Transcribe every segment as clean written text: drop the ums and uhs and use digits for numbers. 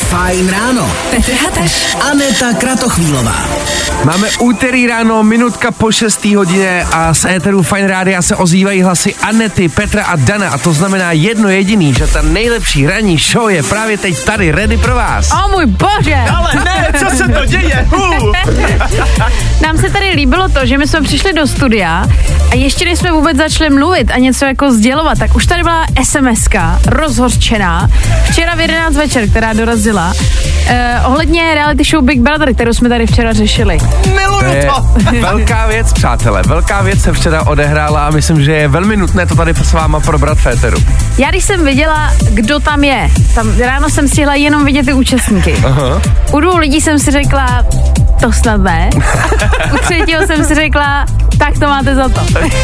Fajn ráno. Petr Hataš. Aneta Kratochvílová. Máme úterý ráno, minutka po 6. hodině a z éteru Fajn rádia se ozývají hlasy Anety, Petra a Dana a to znamená jedno jediný, že ta nejlepší ranní show je právě teď tady, ready pro vás. O můj bože! Ale ne, co se to děje? Nám se tady líbilo to, že my jsme přišli do studia a ještě než jsme vůbec začali mluvit a něco jako sdělovat, tak už tady byla SMS-ka rozhořčená včera v 11 večer, která dorazila ohledně reality show Big Brother, kterou jsme tady včera řešili. Miluju to! Velká věc, přátelé, velká věc se včera odehrála a myslím, že je velmi nutné to tady s váma probrat v éteru. Já když jsem viděla, kdo tam je, tam ráno jsem stihla jenom vidět ty účastníky. Aha. U 2 lidí jsem si řekla, to snad ne. U 3. jsem si řekla, tak to máte za to.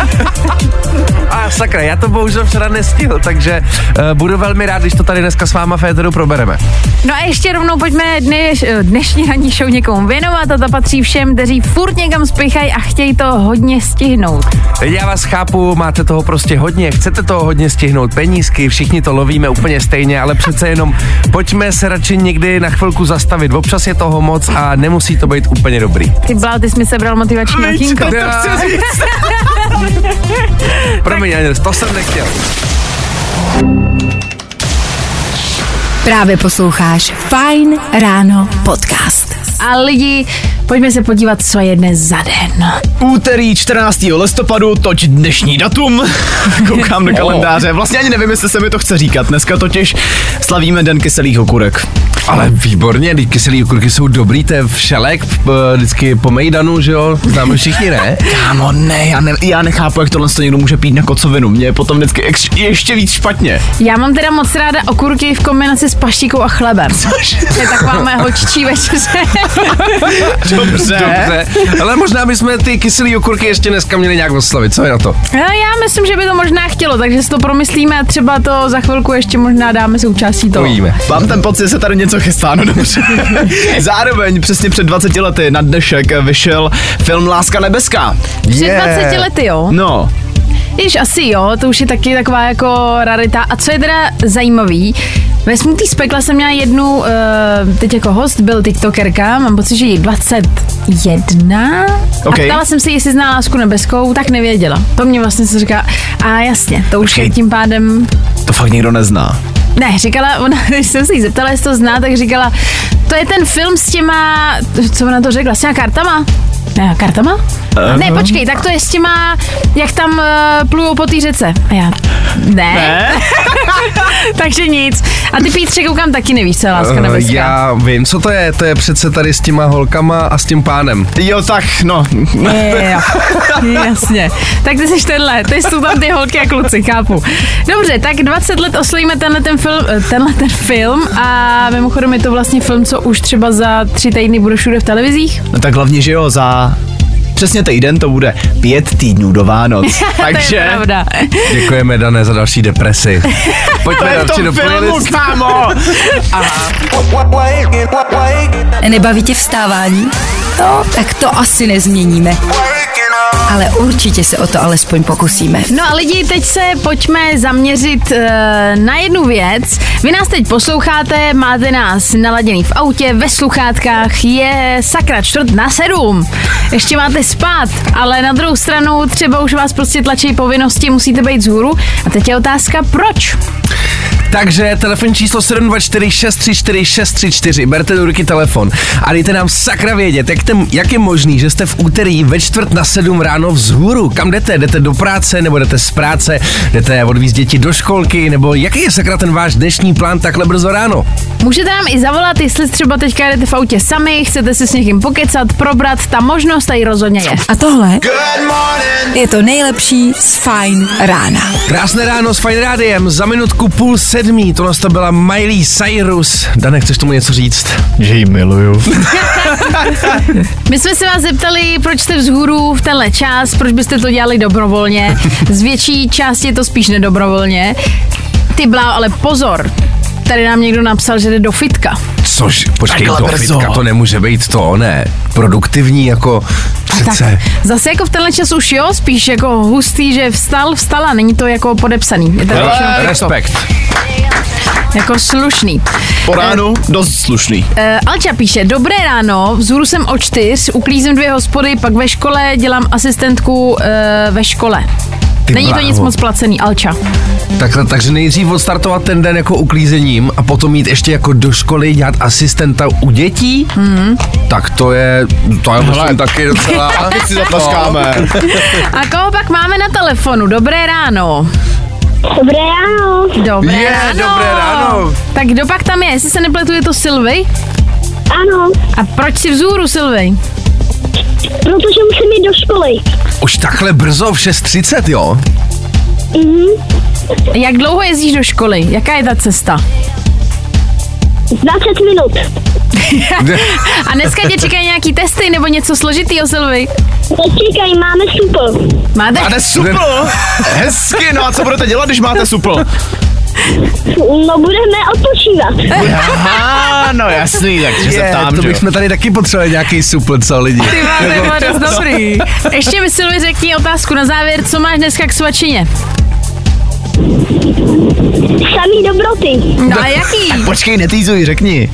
A sakra, já to bohužel včera nestihl, takže budu velmi rád, když to tady dneska s váma v éteru probereme. No a ještě rovnou pojďme dnešní ranní show někomu věnovat a to patří všem, kteří furt někam spěchají a chtějí to hodně stihnout. Já vás chápu, máte toho prostě hodně, chcete toho hodně stihnout, penízky, všichni to lovíme úplně stejně, ale přece jenom pojďme se radši někdy na chvilku zastavit, občas je toho moc a nemusí to být úplně dobrý. Ty jsi mi sebral motivační okýnko. Promiň, Aněs, to jsem nechtěl. Právě posloucháš Fajn ráno podcast. A lidi, pojďme se podívat, co je dnes za den. Úterý 14. listopadu, toť dnešní datum. Koukám do kalendáře. Vlastně ani nevím, jestli se mi to chce říkat. Dneska totiž slavíme den kyselých okurek. Ale výborně, kyselý okurky jsou dobrý, to je všelek, vždycky po mejdanu, že jo, známe všichni, ne? Kámo, ne, já nechápu, jak tohle někdo může pít na kocovinu. Mně je potom vždycky ještě víc špatně. Já mám teda moc ráda okurky v kombinaci s paštikou a chlebem. To je taková moje hočičí večeře. Dobře. Ale možná bychom ty kyselý okurky ještě dneska měli nějak oslavit, co je na to? No, já myslím, že by to možná chtělo, takže si to promyslíme a třeba to za chvilku ještě možná dáme součástí toho. Ujíme. Mám ten pocit, že se tady něco chystá, no dobře. Zároveň přesně před 20 lety na dnešek vyšel film Láska nebeská. Před 20 lety, jo? No. Víš, asi jo, to už je taky taková jako rarita. A co je teda zajímavý, ve Smutný z pekla jsem měla jednu, teď jako host byl tiktokerka, mám pocit, že jí 21. Okay. A ptala jsem se, jestli zná Lásku nebeskou, tak nevěděla. To mě vlastně se říká, a jasně, to už je tím pádem... To fakt nikdo nezná. Ne, říkala, ona, když jsem se jí zeptala, jestli to zná, tak říkala, to je ten film s těma, co ona to řekla, s těma kartama? Ne, kartama? Ne, počkej, tak to je s těma, jak tam plujou po té řece. A já, ne. Takže nic. A ty, Pítře, koukám, taky nevíš, co je Láska nebeská. Já vím, co to je přece tady s těma holkama a s tím pánem. Jo, tak, no. Jo, jasně. Tak ty jsi tenhle, ty jsou tam ty holky a kluci, chápu. Dobře, tak 20 let oslavíme tenhle ten film a mimochodem je to vlastně film, co už třeba za 3 týdny bude všude v televizích. No tak hlavně, že jo, za přesně týden to bude 5 týdnů do Vánoc. Takže... To je pravda. Děkujeme, Dané, za další depresi. Pojďme radši do playlistu. Kámo! Nebaví tě vstávání? No, tak to asi nezměníme. Ale určitě se o to alespoň pokusíme. No a lidi, teď se pojďme zaměřit na jednu věc. Vy nás teď posloucháte, máte nás naladěný v autě, ve sluchátkách, je sakra 6:45. Ještě máte spát, ale na druhou stranu třeba už vás prostě tlačí povinnosti, musíte být vzhůru. A teď je otázka, proč? Takže telefonní číslo 724 634 634. Berte do ruky telefon a dejte nám sakra vědět, jak je možný, že jste v úterý ve 6:45 ráno vzhůru. Kam jdete? Jdete do práce nebo jdete z práce? Jdete odvízt děti do školky? Nebo jaký je sakra ten váš dnešní plán takhle brzo ráno? Můžete nám i zavolat, jestli třeba teďka jdete v autě sami, chcete si s někým pokecat, probrat, ta možnost tady rozhodně je. A tohle je to nejlepší z Fajn rána. Krásné ráno s Fajn rádiem, za minutku 6:30. Tohle to byla Miley Cyrus. Dane, chceš tomu něco říct? Že jí miluju. My jsme se vás zeptali, proč jste vzhůru v tenhle čas, proč byste to dělali dobrovolně. Z větší části je to spíš nedobrovolně. Ty Bláho, ale pozor, tady nám někdo napsal, že jde do fitka. Což, počkej, Takhle do brzo. fitka to nemůže být to, ne, produktivní jako přece. Zase jako v tenhle čas už jo, spíš jako hustý, že vstala, není to jako podepsaný. Je tady Respekt. Jako slušný. Po ránu dost slušný. Alča píše, dobré ráno, vzhůru jsem o 4, uklízím 2 hospody, pak ve škole dělám asistentku ve škole. Není to nic moc placený, Alča. Takže nejdřív odstartovat ten den jako uklízením a potom jít ještě jako do školy dělat asistenta u dětí? Tak to je myslím taky docela... Taky si zatlaskáme. A koho pak máme na telefonu? Dobré ráno. Dobré ráno. Dobré ráno. Dobré ráno. Tak kdo pak tam je? Jestli se nepletu, je to Sylvie? Ano, A proč si vzhůru, Sylvie? protože musím jít do školy. Už takhle brzo v 6:30, jo? Jak dlouho jezdíš do školy? Jaká je ta cesta? 20 minut. A dneska tě čekají nějaký testy nebo něco složitýho, Sylvie? Nečekaj, máme supl. Máte? Supl? Hezky, no a co budete dělat, když máte supl? No budeme odpočívat. Aha, no jasný, takže se ptám, to že jo. bychom tady taky potřebovali nějaký supl, co lidi. Ty máme bylo dost dobrý. Ještě mi Sylvie řekni otázku na závěr, co máš dneska k svačině? Samý dobroty. No a jaký? Počkej, netýzuj, řekni.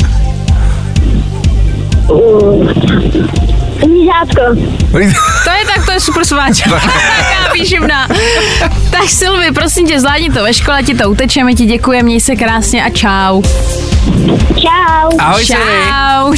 Mířátko. To je super sváč. Taká výživná. Tak Sylvie, prosím tě, zvládni to ve škole, ti to utečeme, ti děkujeme, měj se krásně a čau. Čau. Ahoj, Sylvie. Čau.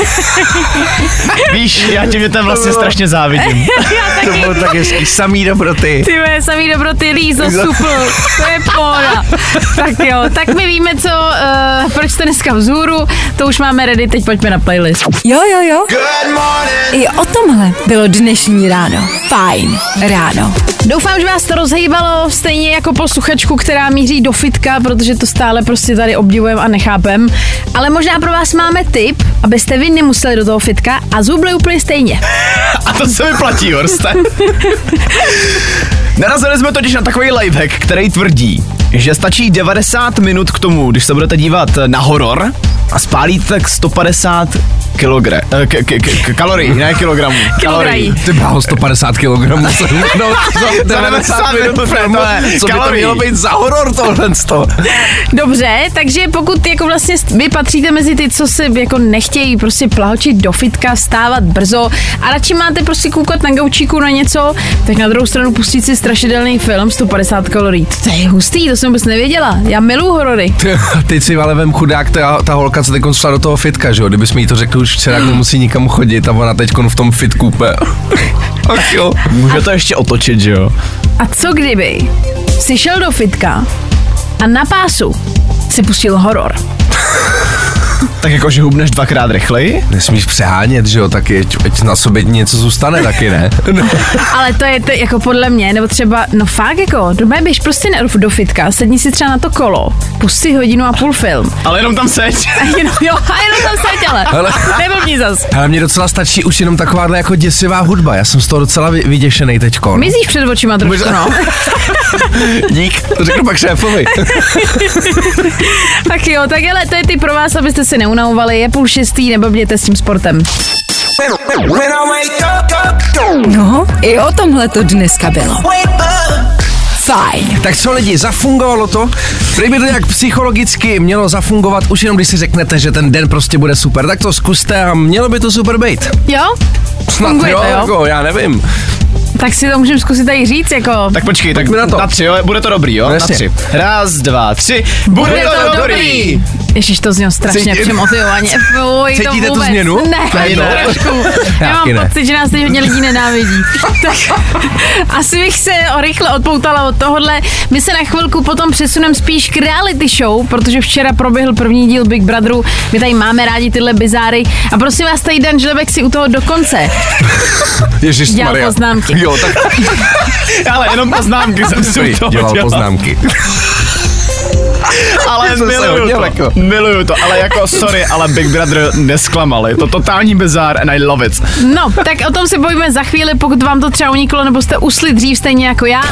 Víš, já tě tam vlastně strašně závidím. Já To taky. bylo tak hezký, samý dobroty. Ty moje samý dobroty, Lízo, super, to je pohoda. Tak jo, tak my víme, proč jste dneska vzhůru, to už máme ready, teď pojďme na playlist. Jo. I o tomhle bylo dnešní ráno. Fajn ráno. Doufám, že vás to rozhejbalo stejně jako posluchačku, která míří do fitka, protože to stále prostě tady obdivujeme a nechápem. Ale možná pro vás máme tip, abyste vy nemuseli do toho fitka a zhubli úplně stejně. A to se vyplatí, Horste. Narazili jsme totiž na takový lifehack, který tvrdí, že stačí 90 minut k tomu, když se budete dívat na horor a spálíte tak 150 kalorií, ne kilogramů. Kilogramů. Ty báho, 150 kilogramů. No, za 90 minut filmu. Co by to mělo být za horor tohle? Dobře, takže pokud jako vlastně vy patříte mezi ty, co se jako nechtějí prostě plahočit do fitka, stávat brzo a radši máte prostě koukat na gaučíku na něco, tak na druhou stranu pustit si strašidelný film 150 kalorií. To je hustý, to jsem vůbec nevěděla. Já miluju horory. Teď si ale vem chudák, ta holka, co teď šla do toho fitka, že jo? Kdybys mi jí to řekl už včera, nemusí nikam chodit a ona teď v tom fitku úplně. Ach jo. Může to ještě otočit, že jo? A co kdyby si šel do fitka a na pásu si pustil horor? Tak jako, že hubneš 2krát rychleji? Nesmíš přehánět, že jo? Taky, ať na sobě něco zůstane, taky ne? Ale to je to jako podle mě, nebo třeba, no fakt jako, doma běž prostě do fitka, sedni si třeba na to kolo, pust si 1,5 hodiny film. Ale jenom tam seď. A jenom tam seď, ale neblbni zas. Ale mně docela stačí už jenom takováhle jako děsivá hudba, já jsem z toho docela vyděšenej teďko. Mizíš před očima trošku, no. Dík, to řeknu pak šéfovi. Tak jo, tak ale to je ty pro vás, abyste se neunavovali, je 5:30, neblbněte s tím sportem. No, i o tomhle to dneska bylo. Fajn. Tak co lidi, zafungovalo to? Prý by to nějak psychologicky mělo zafungovat, už jenom když si řeknete, že ten den prostě bude super, tak to zkuste a mělo by to super být. Jo? Snad Funguje jo, to, jo? jako, já nevím. Tak si to můžeme zkusit tady říct, jako... Tak počkej, tak na to. na 3, jo? Bude to dobrý, jo? No, Na jasně. 3. 1, 2, 3. Bude to dobrý! Ježiš, to znělo strašně přimotivovaně. Fuj, Cítíte tu vůbec. změnu? Ne, Ne. trošku. Já mám Taky ne. pocit, že nás teď hodně lidí nenávidí. Tak asi bych se rychle odpoutala od tohohle. My se na chvilku potom přesuneme spíš k reality show, protože včera proběhl první díl Big Brotheru. My tady máme rádi tyhle bizáry. A prosím vás, tady Dan Žlebek si u toho dokonce dělal Ježišmarja. poznámky. Jo, tak Ale jenom poznámky jsem si u toho dělal poznámky. Ale jsem se miluju hodil, to, jako. miluju to, ale jako sorry, ale Big Brother nesklamal, je to totální bizár and I love it. No, tak o tom se bojíme za chvíli, pokud vám to třeba uniklo, nebo jste usli dřív stejně jako já.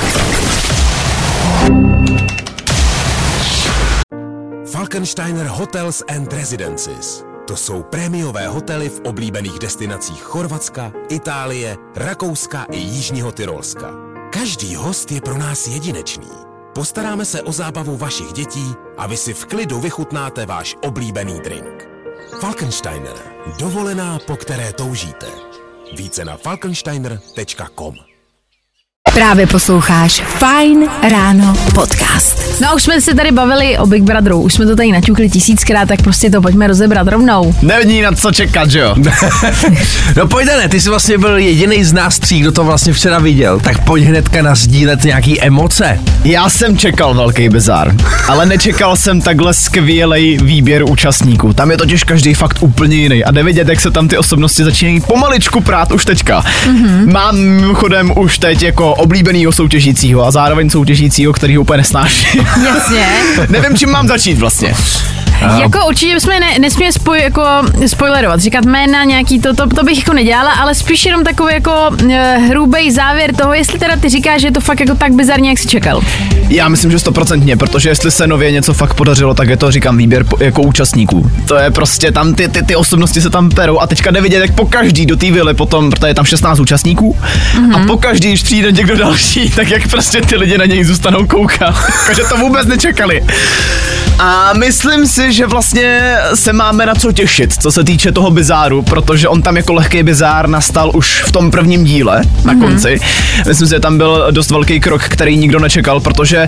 Falkensteiner Hotels and Residences. To jsou prémiové hotely v oblíbených destinacích Chorvatska, Itálie, Rakouska i Jižního Tyrolska. Každý host je pro nás jedinečný. Postaráme se o zábavu vašich dětí a vy si v klidu vychutnáte váš oblíbený drink. Falkensteiner. Dovolená, po které toužíte. Více na falkensteiner.com. Právě posloucháš Fajn ráno podcast. No a už jsme se tady bavili o Big Brotheru, už jsme to tady naťukli 1000krát, tak prostě to pojďme rozebrat rovnou. Není na co čekat, že jo? No pojď, ne, ty jsi vlastně byl jediný z nás tří, kdo to vlastně včera viděl, tak pojď hnedka nasdílet nějaký emoce. Já jsem čekal velký bizár, ale nečekal jsem takhle skvělej výběr účastníků. Tam je totiž každý fakt úplně jiný a jde vidět, jak se tam ty osobnosti začínají pomaličku prát už teďka. Mám mimochodem už teď jako oblíbenýho soutěžícího a zároveň soutěžícího, který ho úplně nesnáší. Jasně. Nevím, čím mám začít vlastně. Jako určitě bychom nesměli spoilerovat, říkat jména nějaký, to bych jako nedělala, ale spíš jenom takový jako hrubej závěr toho, jestli teda ty říkáš, že je to fakt jako tak bizarně, jak jsi čekal. Já myslím, že 100%, protože jestli se nově něco fakt podařilo, tak je to, říkám, výběr jako účastníků. To je prostě tam ty osobnosti se tam perou a teďka jde vidět, jak po každý do té vily potom, protože je tam 16 účastníků a po každý, když přijde někdo další, tak jak prostě ty lidi na něj zůstanou koukat. Takže to vůbec nečekali. A myslím si, že vlastně se máme na co těšit, co se týče toho bizáru, protože on tam jako lehký bizár nastal už v tom prvním díle na konci. Myslím si, že tam byl dost velký krok, který nikdo nečekal, protože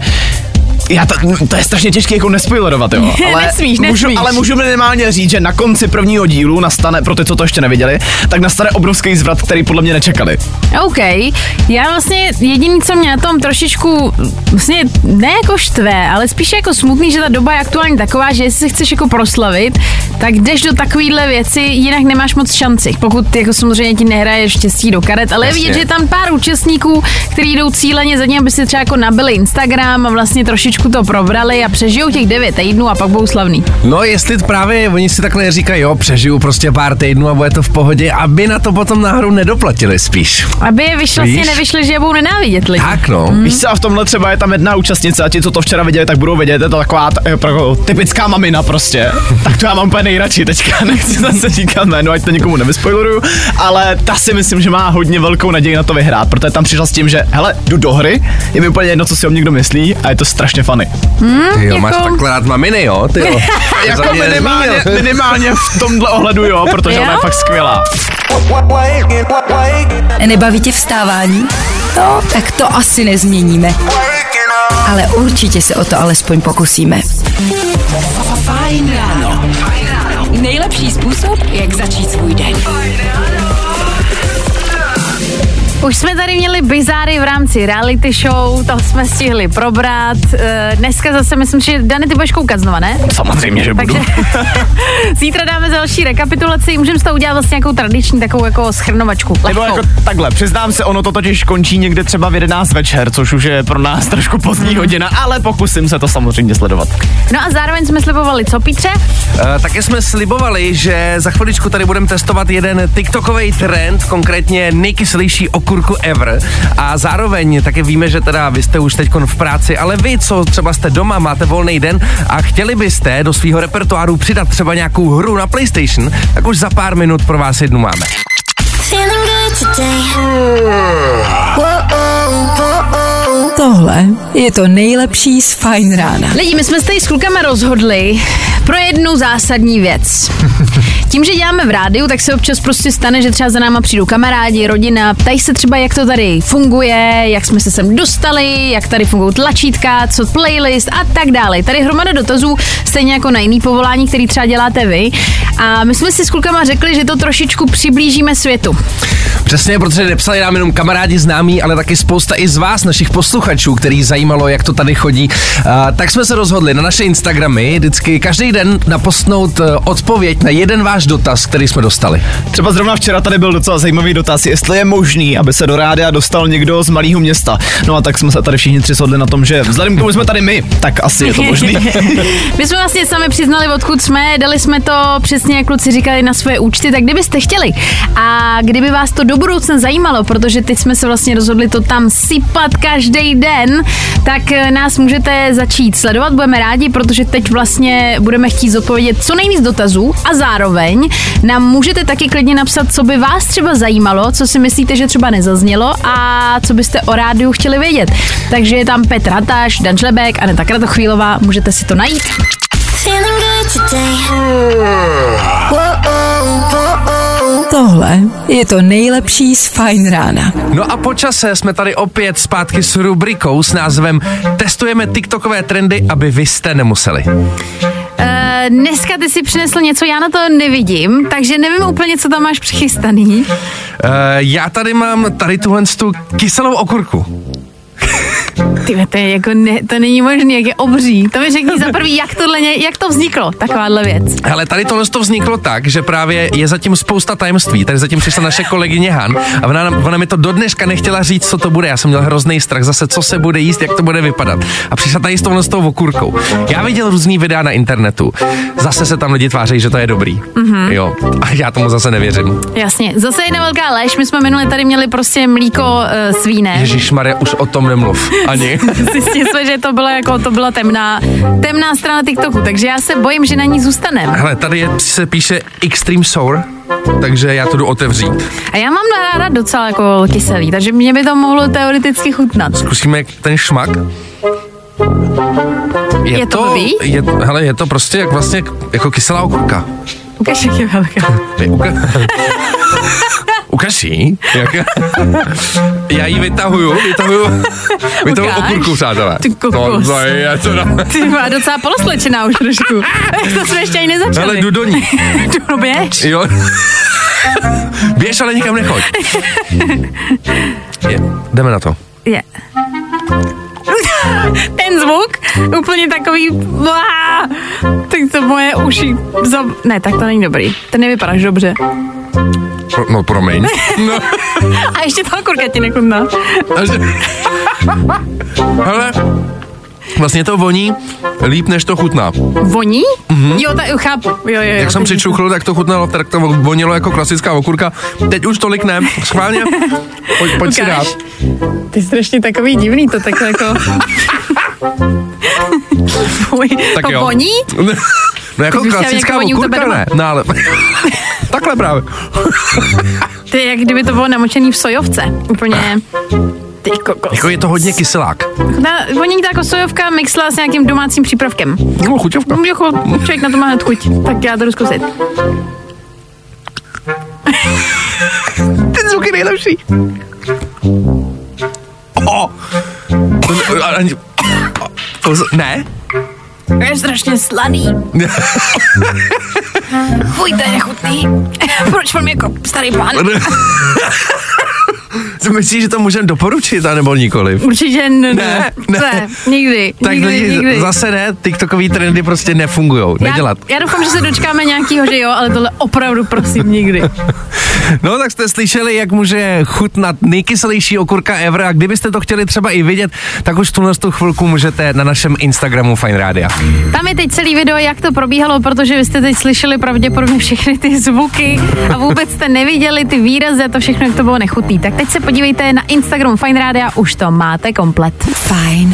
to je strašně těžké jako nespoilerovat, jo. Ale nesmíš. Ale můžu minimálně říct, že na konci prvního dílu nastane, pro ty, co to ještě neviděli, tak nastane obrovský zvrat, který podle mě nečekali. OK. Já vlastně jediný, co mě na tom trošičku vlastně ne jako štve, ale spíš jako smutný, že ta doba je aktuálně taková, že jestli se chceš jako proslavit, tak jdeš do takovýhle věci, jinak nemáš moc šanci. Pokud jako samozřejmě ti nehraje štěstí do karet, ale je vidět, že je tam pár účastníků, kteří jdou cíleně za ním, aby si třeba jako nabili Instagram a vlastně trošičku to probrali a přežijou těch 9 týdnů a pak budou slavný. No jestli právě oni si takhle říkají, jo, přežiju prostě pár týdnů a bude to v pohodě, aby na to potom náhodou nedoplatili spíš. Aby je vlastně nevyšli, že je budou nenávidět lidi. Tak no. Víš co, a v tomhle třeba je tam jedna účastnice a ti, co to včera viděli, tak budou vědět, je to taková typická mamina prostě. Tak to já mám úplně nejradši teďka, nechci zase říkat jméno, ať to nikomu nevyspoileruju, ale ta si myslím, že má hodně velkou naději na to vyhrát, protože tam přišla s tím, že hele, jdu do hry, je mi úplně jedno, co si o mě někdo myslí a je to strašně funny. Ty jo, máš takhle rád maminy, jo? Ty jo. Jako minimálně v tomhle ohledu, jo, protože ona je fakt skvělá. Nebaví tě vstávání? No, tak to asi nezměníme. Ale určitě se o to alespoň pokusíme. Fajn ráno. Nejlepší způsob, jak začít svůj den. Už jsme tady měli bizáry v rámci reality show, to jsme stihli probrat. Dneska zase myslím, že Dani, ty budeš koukat znova, ne? Samozřejmě, že budu. Takže zítra dáme další rekapitulaci, můžeme z toho udělat vlastně nějakou tradiční takovou jako shrnovačku. Nebo jako takhle, přiznám se, ono to totiž končí někde třeba v 11 večer, což už je pro nás trošku pozdní hodina, ale pokusím se to samozřejmě sledovat. No a zároveň jsme slibovali, co Pítře? Také jsme slibovali, že za chviličku tady budeme testovat jeden TikTokový trend, konkrétně nejkyselější okurku ever. A zároveň také víme, že teda vy jste už teďkon v práci, ale vy, co třeba jste doma, máte volný den a chtěli byste do svého repertoáru přidat třeba nějakou hru na PlayStation, tak už za pár minut pro vás jednu máme. Tohle je to nejlepší z Fajn rána. Lidi, my jsme se tady s klukama rozhodli pro jednu zásadní věc. Tím, že děláme v rádiu, tak se občas prostě stane, že třeba za náma přijdou kamarádi, rodina, ptají se třeba, jak to tady funguje, jak jsme se sem dostali, jak tady fungují tlačítka, co playlist a tak dále. Tady hromada dotazů, stejně jako na jiný povolání, který třeba děláte vy. A my jsme si s klukama řekli, že to trošičku přiblížíme světu. Přesně, protože nepsali nám jenom kamarádi známí, ale taky spousta i z vás, našich posluchačů, který zajímalo, jak to tady chodí. Tak jsme se rozhodli na naše Instagramy vždycky každý den napostnout odpověď na jeden váš dotaz, který jsme dostali. Třeba zrovna včera tady byl docela zajímavý dotaz, jestli je možný, aby se do rádia dostal někdo z malého města. No a tak jsme se tady všichni tři shodli na tom, že vzhledem k tomu jsme tady my, tak asi je to možný. My jsme vlastně sami přiznali, odkud jsme, dali jsme to přesně přesně jak kluci říkali na svoje účty, tak kdybyste chtěli a kdyby vás to do budoucna zajímalo, protože teď jsme se vlastně rozhodli to tam sypat každý den, tak nás můžete začít sledovat, budeme rádi, protože teď vlastně budeme chtít zodpovědět co nejvíc dotazů a zároveň nám můžete taky klidně napsat, co by vás třeba zajímalo, co si myslíte, že třeba nezaznělo a co byste o rádiu chtěli vědět. Takže je tam Petr Hatáš, Dan Žlebek, Aneta Kratochvílová, můžete si to najít. Tohle je to nejlepší z Fajn rána. No a po čase jsme tady opět zpátky s rubrikou s názvem Testujeme TikTokové trendy, aby vy jste nemuseli. Dneska ty si přinesl něco, já na to nevidím, takže nevím úplně, co tam máš přichystaný. Já tady mám tuhle kyselou okurku. Ty, to je jako to není možný, jak je obří. To mi řekni za prvý, jak to vzniklo, takováhle věc. Hele, tady tohle to vzniklo tak, že právě je zatím spousta tajemství. Tady zatím přišla naše kolegyně Han a ona mi to do dneška nechtěla říct, co to bude. Já jsem měl hrozný strach zase, co se bude jíst, jak to bude vypadat. A přišla tady s tou okurkou. Já viděl různý videa na internetu. Zase se tam lidi tváří, že to je dobrý. Mm-hmm. Jo. A já tomu zase nevěřím. Jasně. Zase jedna velká lež. My jsme minule tady měli prostě mlíko svíne. Ježišmarja, už o tom nemluv. Ani. Zjistili jsme, že to byla temná strana TikToku, takže já se bojím, že na ní zůstaneme. Hele, tady se píše Extreme Sour, takže já to jdu otevřít. A já mám ráda docela jako kyselý, takže mě by to mohlo teoreticky chutnat. Zkusíme ten šmak. Je to blbý? Hele, je to prostě jak vlastně jako kyselá okurka. Ukaž, jak je velká. Ukaž jí. Já ji vytahuju okurku, přátelé. Ty kokos. Ty má docela poloslečená už trošku. To jsme ještě ani nezačali. Ale jdu do ní. Jdu běž. Jo. Běž, ale nikam nechoď. Jdeme na to. Je. Ten zvuk, úplně takový... Tak to moje uši... Ne, tak to není dobrý. Ten nevypadáš dobře. No, promiň. No. A ještě ta okurka ti nechutná. Hele, vlastně to voní líp, než to chutná. Voní? Mm-hmm. Jo, chápu. Jo, jak jsem přičuchl, tak to chutnalo, tak to vonilo jako klasická okurka. Teď už tolik ne. Schválně, pojď si dát. Ty jsi strašně takový divný, to takhle jako... Tak to jo. voní? No jako klasická okurka ne. No ale... Takhle právě. To je jak kdyby to bylo namočený v sojovce. Úplně... Ty kokos. Jako je to hodně kyselák. Voní to jako sojovka mixla s nějakým domácím přípravkem. No, chuťovka. Jako člověk na to má hned chuť. Tak já to jdu zkusit. Ten zvuk je nejlepší. Ne? Je strašně slaný. Fuj, to je nechutný. Proč mám jako starý pán? Myslíš, že to můžeme doporučit, anebo nikoliv? Určitě ne. Nikdy. Tak nikdy. Zase ne, TikTokový trendy prostě nefungujou. Nedělat. Já doufám, že se dočkáme nějakýho, že jo, ale tohle opravdu prosím nikdy. No tak jste slyšeli, jak může chutnat nejkyselější okurka ever a kdybyste to chtěli třeba i vidět, tak už tu chvilku můžete na našem Instagramu Fajn Rádia. Tam je teď celý video, jak to probíhalo, protože vy jste teď slyšeli pravděpodobně všechny ty zvuky a vůbec jste neviděli ty výrazy a to všechno, jak to bylo nechutný. Tak teď se podívejte na Instagram Fajn Rádia, už to máte komplet. Fajn.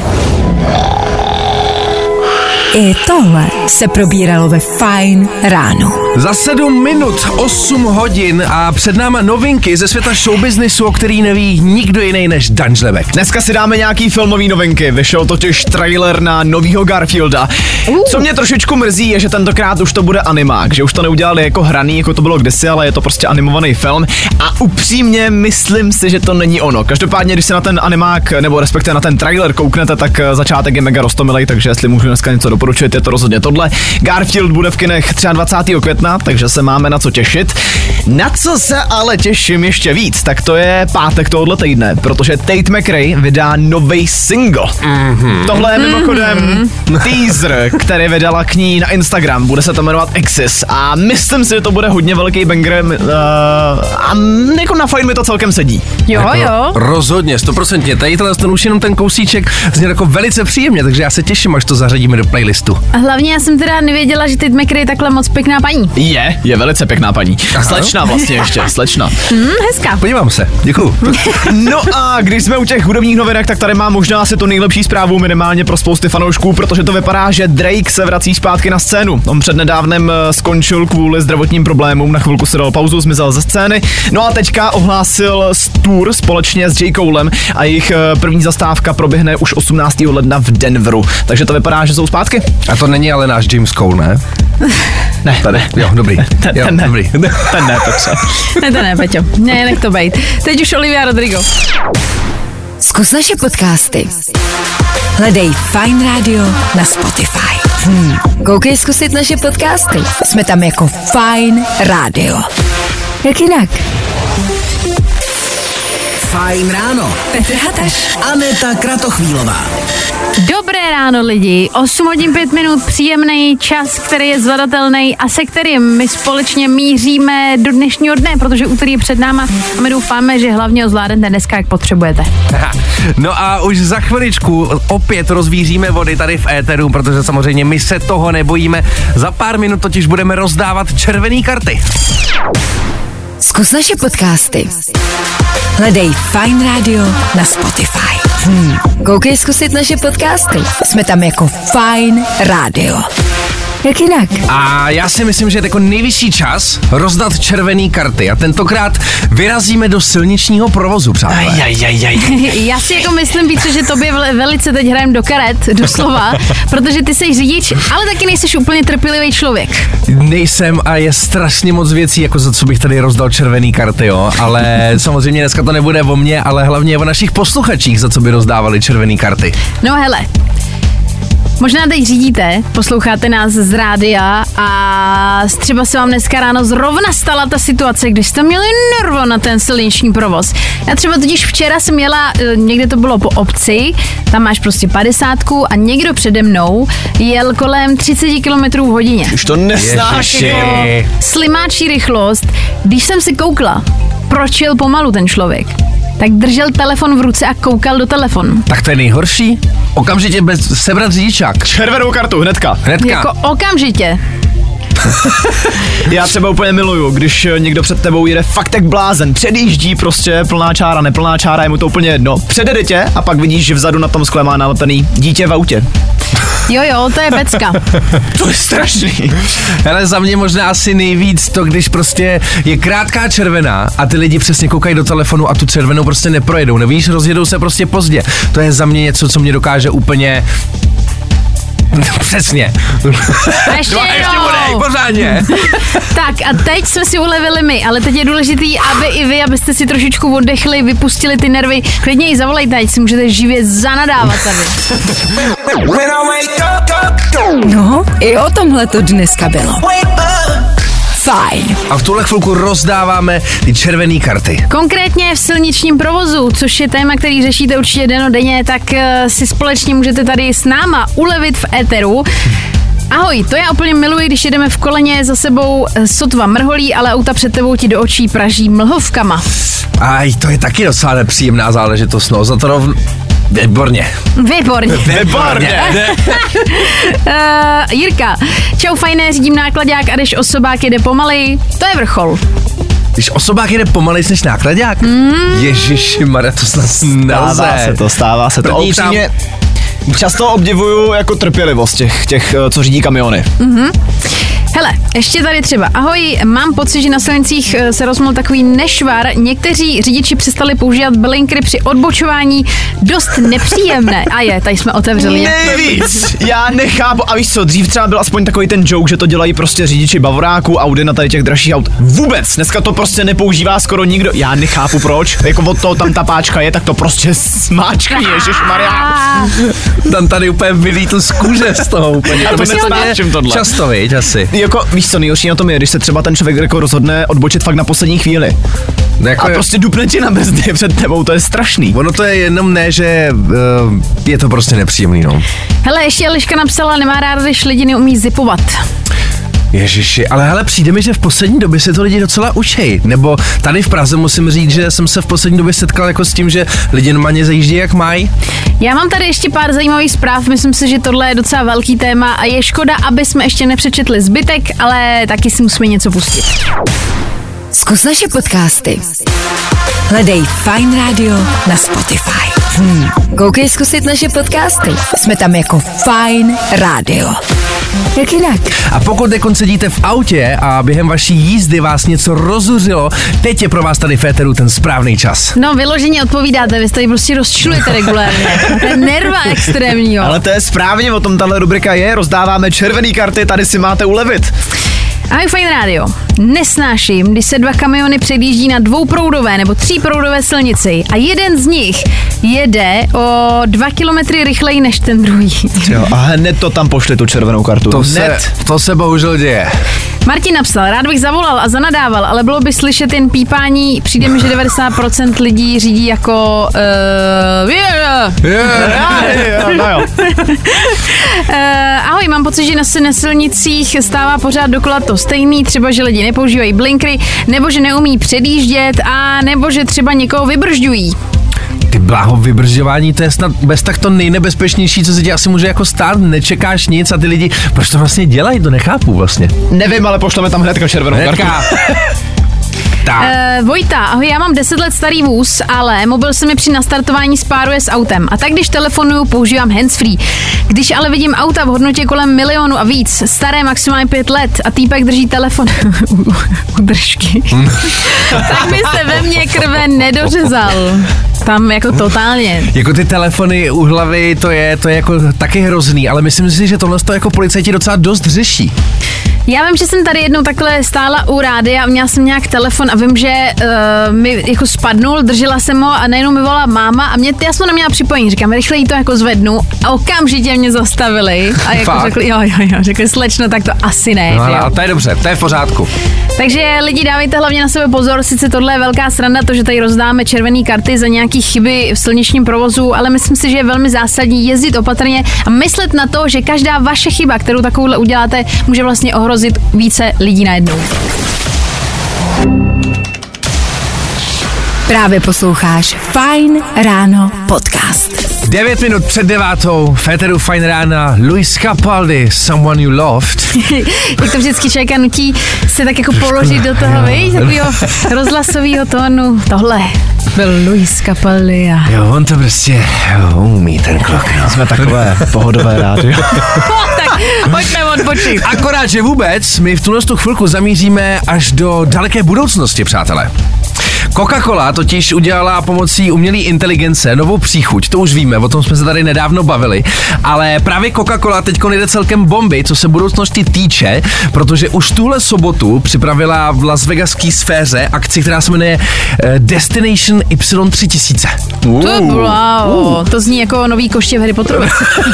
I tohle se probíralo ve Fajn ráno. Za 7 minut, 8 hodin a před náma novinky ze světa showbiznisu, o který neví nikdo jiný než Dan Žlebek. Dneska si dáme nějaký filmový novinky, vyšel totiž trailer na novýho Garfielda. Co mě trošičku mrzí, je, že tentokrát už to bude animák, že už to neudělali jako hraný, jako to bylo kdysi, ale je to prostě animovaný film a upřímně myslím si, že to není ono. Každopádně, když se na ten animák, nebo respektive na ten trailer kouknete, tak začátek je mega roztomilej, takže jestli můžu dneska něco doporučit, je to rozhodně tohle. Garfield bude v kinech 23. května, takže se máme na co těšit. Na co se ale těším ještě víc, tak to je pátek tohoto týdne, protože Tate McRae vydá nový single. Tohle je mimochodem teaser, který vydala k ní na Instagram, bude se to jmenovat Exis a myslím si, že to bude hodně velký banger a jako na Fajn mi to celkem sedí. Jo. Rozhodně, 100%. Tady ten už jenom ten kousíček zněl jako velice příjemně, takže já se těším, až to zařadíme do playlistu. playlistu. A hlavně já jsem teda nevěděla, že Tate McRae je takhle moc pěkná paní. Je velice pěkná paní. Slečna vlastně ještě, slečna. Hezká. Podívám se, děkuju. No a když jsme u těch hudebních novinek, tak tady mám možná asi to nejlepší zprávu minimálně pro spousty fanoušků, protože to vypadá, že Drake se vrací zpátky na scénu. On přednedávnem skončil kvůli zdravotním problémům, na chvilku si dal pauzu, zmizel ze scény. No a teďka ohlásil tour společně s J. Colem a jejich první zastávka proběhne už 18. ledna v Denveru. Takže to vypadá, že jsou zpátky. A to není ale náš James Cole, ne? Ne, Tady. Jo, dobrý. Ten ne. Dobrý. Ten ne, Petře. Ne, to ne, Peťo. Ne, nech to bejt. Teď už Olivia Rodrigo. Zkus naše podcasty. Hledej Fajn Radio na Spotify. Koukej zkusit naše podcasty. Jsme tam jako Fajn Radio. Jak jinak? Fajn ráno. Petr Hataš. Aneta Kratochvílová. Dobré ráno lidi, 8 hodin 5 minut, příjemný čas, který je zvladatelný a se kterým my společně míříme do dnešního dne, protože úterý je před náma a my doufáme, že hlavně ho zvládnete dneska, jak potřebujete. No a už za chviličku opět rozvíříme vody tady v éteru, protože samozřejmě my se toho nebojíme. Za pár minut totiž budeme rozdávat červené karty. Zkus naše podcasty. Hledej Fajn Radio na Spotify. Koukej zkusit naše podcasty. Jsme tam jako Fajn Radio. Jak jinak? A já si myslím, že je jako nejvyšší čas rozdat červené karty a tentokrát vyrazíme do silničního provozu, přátelé. Já si jako myslím víc, že tobě velice teď hrajem do karet, doslova, protože ty jsi řidič, ale taky nejseš úplně trpělivý člověk. Nejsem a je strašně moc věcí, jako za co bych tady rozdal červený karty, jo, ale samozřejmě dneska to nebude o mně, ale hlavně o našich posluchačích, za co by rozdávali červený karty. No hele, možná teď řídíte, posloucháte nás z rádia a třeba se vám dneska ráno zrovna stala ta situace, když jste měli nervo na ten silniční provoz. Já třeba totiž včera jsem jela, někde to bylo po obci, tam máš prostě 50 a někdo přede mnou jel kolem 30 km v hodině. Už to nesnáším. Slimáčí rychlost. Když jsem si koukla, proč jel pomalu ten člověk, tak držel telefon v ruce a koukal do telefonu. Tak to je nejhorší? Okamžitě bez sebrat řidičák. Červenou kartu, hnedka. Jako okamžitě. Já třeba úplně miluju, když někdo před tebou jede fakt jak blázen, předjíždí prostě plná čára, neplná čára, je mu to úplně jedno. Předjede tě a pak vidíš, že vzadu na tom skle má nalepený dítě v autě. Jo, to je pecka. To je strašný. Ale za mě možná asi nejvíc to, když prostě je krátká červená a ty lidi přesně koukají do telefonu a tu červenou prostě neprojedou, nevíš, rozjedou se prostě pozdě. To je za mě něco, co mě dokáže úplně... Přesně. Ještě budej, pořádně. Tak a teď jsme si ulevili my, ale teď je důležitý, aby i vy, abyste si trošičku oddechli, vypustili ty nervy. Klidně ji zavolejte, ať si můžete živě zanadávat tady. No, i o tomhle to dneska bylo. Fajn. A v tuhle chvilku rozdáváme ty červené karty. Konkrétně v silničním provozu, což je téma, který řešíte určitě dennodenně, tak si společně můžete tady s náma ulevit v éteru. Ahoj, to já úplně miluji, když jedeme v koleně za sebou sotva mrholí, ale auta před tebou ti do očí praží mlhovkama. Aj, to je taky docela nepříjemná záležitost, no, za to Výborně. Jirka, čau fajné, řídím nákladák a když osobák jede pomalej, to je vrchol. Když osobák jede pomalej než nákladák? Ježišimarja, to snad nelze. Stává se to. Upřímně, často obdivuju jako trpělivost těch, co řídí kamiony. Hele, ještě tady třeba. Ahoj, mám pocit, že na silnicích se rozmul takový nešvar. Někteří řidiči přestali používat blinkry při odbočování. Dost nepříjemné. A tady jsme otevřeli. Nejvíc. Já nechápu. A víš co, dřív třeba byl aspoň takový ten joke, že to dělají prostě řidiči Bavoráků, Audi na tady těch dražších aut. Vůbec. Dneska to prostě nepoužívá skoro nikdo. Já nechápu proč. Jako od toho tam ta páčka je, tak to prostě smáčkni, ježišmarja. Tam tady úplně vylítl z kůže z toho úplně. To nesnáším tohle. Často, viď, asi. Jako, víš co, nejhorší na tom je, když se třeba ten člověk jako rozhodne odbočit fakt na poslední chvíli. Jako a prostě dupne ti na brzdy před tebou, to je strašný. Ono to je jenom ne, že je to prostě nepříjemný, no. Hele, ještě Eliška napsala, nemá ráda, když lidi neumí zipovat. Ježiši, ale hele, přijde mi, že v poslední době se to lidi docela učí. Nebo tady v Praze musím říct, že jsem se v poslední době setkal jako s tím, že lidi normálně zajíždí jak mají. Já mám tady ještě pár zajímavých zpráv, myslím si, že tohle je docela velký téma a je škoda, aby jsme ještě nepřečetli zbytek, ale taky si musíme něco pustit. Zkus naše podcasty. Hledej Fajn Radio na Spotify. Koukej zkusit naše podcasty. Jsme tam jako Fajn Radio. Jak jinak? A pokud teď sedíte v autě a během vaší jízdy vás něco rozuřilo, teď je pro vás tady v éteru ten správný čas. No, vyloženě odpovídáte, vy se tady prostě rozčilujete regulárně. To je nerva extrémního. Ale to je správně, o tom tahle rubrika je, rozdáváme červený karty, tady si máte ulevit. Ahoj Fajn Radio. Nesnáším, když se 2 kamiony předjíždí na 2proudové nebo 3proudové silnici a jeden z nich jede o 2 kilometry rychleji než ten druhý. Jo, a hned to tam pošli tu červenou kartu. To se bohužel děje. Martin napsal, rád bych zavolal a zanadával, ale bylo by slyšet jen pípání. Přijde mi, že 90% lidí řídí jako ahoj, mám pocit, že na silnicích stává pořád dokola to stejný, třeba, že lidi nepoužívají blinkry, nebo že neumí předjíždět, a nebo že třeba někoho vybržďují. Ty bláho, vybržďování, to je snad bez tak to nejnebezpečnější, co se ti asi může jako stát, nečekáš nic a ty lidi, proč to vlastně dělají, to nechápu vlastně. Nevím, ale pošleme tam hnedka červenou kartu. Vojta, ahoj, já mám 10 let starý vůz, ale mobil se mi při nastartování spáruje s autem. A tak, když telefonuju, používám handsfree. Když ale vidím auta v hodnotě kolem 1 000 000 a víc, staré maximálně 5 let a týpek drží telefon u držky, tak by se ve mně krve nedořezal. Tam jako totálně. Jako ty telefony u hlavy, to je jako taky hrozný, ale myslím si, že tohle to jako policajti docela dost řeší. Já vím, že jsem tady jednou takhle stála u rádia a měla jsem nějak telefon a vím, že mi jako spadnul, držela jsem ho a najednou mi volala máma a já jsem neměla připojení, říkám, rychle jí to jako zvednu a okamžitě mě zastavili a jako řekli, jo, řekli, slečno, tak to asi ne. No, ale to je dobře, to je v pořádku. Takže lidi, dávejte hlavně na sebe pozor, sice tohle je velká sranda, to, že tady rozdáme červené karty za nějaký chyby v silničním provozu, ale myslím si, že je velmi zásadní jezdit opatrně a myslet na to, že každá vaše chyba, kterou takovouhle uděláte, může vlastně ohrozit více lidí najednou. Právě posloucháš Fajn ráno podcast. 9 minut před 9. v éteru Fajn rána Luis Capaldi, Someone You Loved. Jak to vždycky člověka nutí se tak jako položit do toho, víš, takového rozhlasového tónu. Tohle byl Luis Capaldi. Jo, on to prostě umí ten kluk. No. Jsme takové pohodové rádio. Tak pojďme odpočít. Akorát, že vůbec my v tuhle chvilku zamíříme až do daleké budoucnosti, přátelé. Coca-Cola totiž udělala pomocí umělé inteligence novou příchuť, to už víme, o tom jsme se tady nedávno bavili, ale právě Coca-Cola teďko jde celkem bomby, co se budoucnosti týče, protože už tuhle sobotu připravila v Las Vegaské sféře akci, která se jmenuje Destination Y3000. To zní jako nový koště v Harry Potterovi.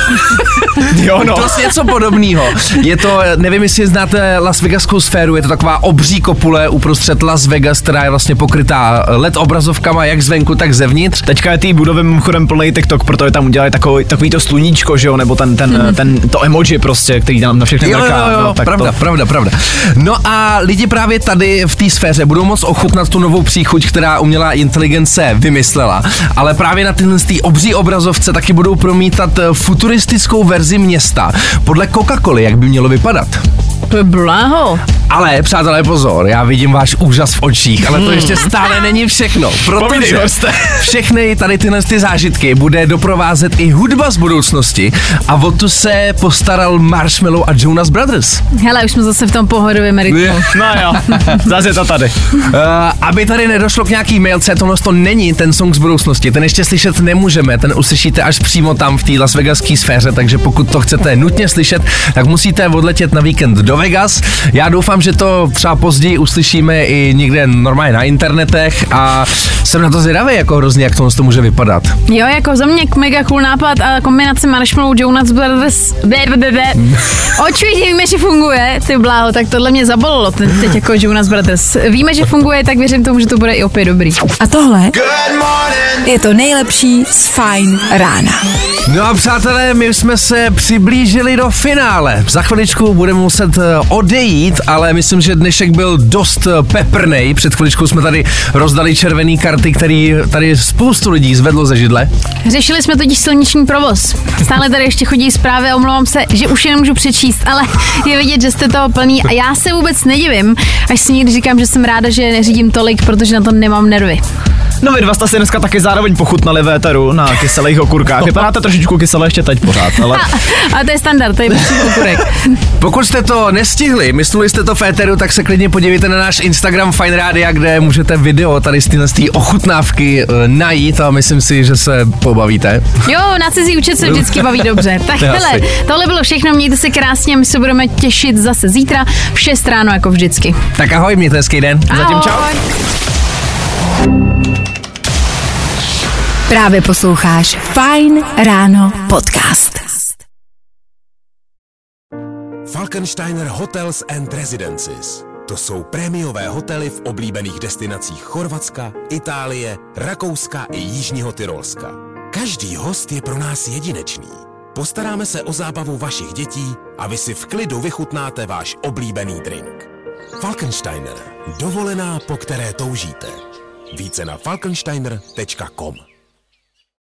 Jo, no. To je něco podobného. Je to, nevím, jestli znáte Las Vegaskou sféru, je to taková obří kopule uprostřed Las Vegas, která je vlastně pokrytá LED obrazovkama jak zvenku, tak zevnitř. Teďka je tý budovy mimochodem plný TikTok, protože tam udělali takový to sluníčko, že jo, nebo to emoji prostě, který tam na všechny mrká. Jo, pravda. No a lidi právě tady v té sféře budou moct ochutnat tu novou příchuť, která umělá inteligence vymyslela, ale právě na tyhle obří obrazovce taky budou promítat futuristickou verzi města podle Coca-Coly, jak by mělo vypadat. To je bláho. Ale, přátelé, pozor, já vidím váš úžas v očích, ale to ještě stále není všechno, protože všechny tady tyhle zážitky bude doprovázet i hudba z budoucnosti a o tu se postaral Marshmello a Jonas Brothers. Hele, už jsme zase v tom pohodovém rytmu. No jo, zase to tady. Aby tady nedošlo k nějaký mailce, tohle to není ten song z budoucnosti, ten ještě slyšet nemůžeme, ten uslyšíte až přímo tam v té Las Vegaské sféře, takže pokud to chcete nutně slyšet, tak musíte odletět na víkend do Vegas. Já doufám, že to třeba později uslyšíme i někde normálně na internetech a jsem na to zvědavý, jako hrozně, jak to může vypadat. Jo, jako za mě mega cool nápad a kombinace Marshmello, Jonas Brothers. Očividně víme, že funguje, ty bláho, tak tohle mě zabolilo teď jako Jonas Brothers. Víme, že funguje, tak věřím tomu, že to bude i opět dobrý. A tohle je to nejlepší z Fajn rána. No a přátelé, my jsme se přiblížili do finále. Za chviličku budeme muset odejít, ale myslím, že dnešek byl dost peprnej. Před chviličkou jsme tady rozdali červený karty, který tady spoustu lidí zvedlo ze židle. Řešili jsme totiž silniční provoz. Stále tady ještě chodí zprávy a omlouvám se, že už je nemůžu přečíst, ale je vidět, že jste toho plný a já se vůbec nedivím, až si někdy říkám, že jsem ráda, že neřídím tolik, protože na to nemám nervy. No vy dva jste si dneska taky zároveň pochutnali véteru na kyselých okurkách. Vypadáte trošičku kyselé ještě teď pořád, ale... A to je standard, to je prostě okurek. Pokud jste to nestihli, mysleli jste to v éteru, tak se klidně podívejte na náš Instagram Fajn Rádia, kde můžete video tady z té ochutnávky najít a myslím si, že se pobavíte. Jo, na cizí účet se vždycky baví dobře. Tak hele, tohle bylo všechno, mějte se krásně, my se budeme těšit zase zítra v 6 ráno jako vždycky. Tak ahoj, mějte hezký den. Zatím čau. Právě posloucháš Fajn ráno podcast. Falkensteiner Hotels and Residences. To jsou prémiové hotely v oblíbených destinacích Chorvatska, Itálie, Rakouska i Jižního Tyrolska. Každý host je pro nás jedinečný. Postaráme se o zábavu vašich dětí a vy si v klidu vychutnáte váš oblíbený drink. Falkensteiner. Dovolená, po které toužíte. Více na falkensteiner.com.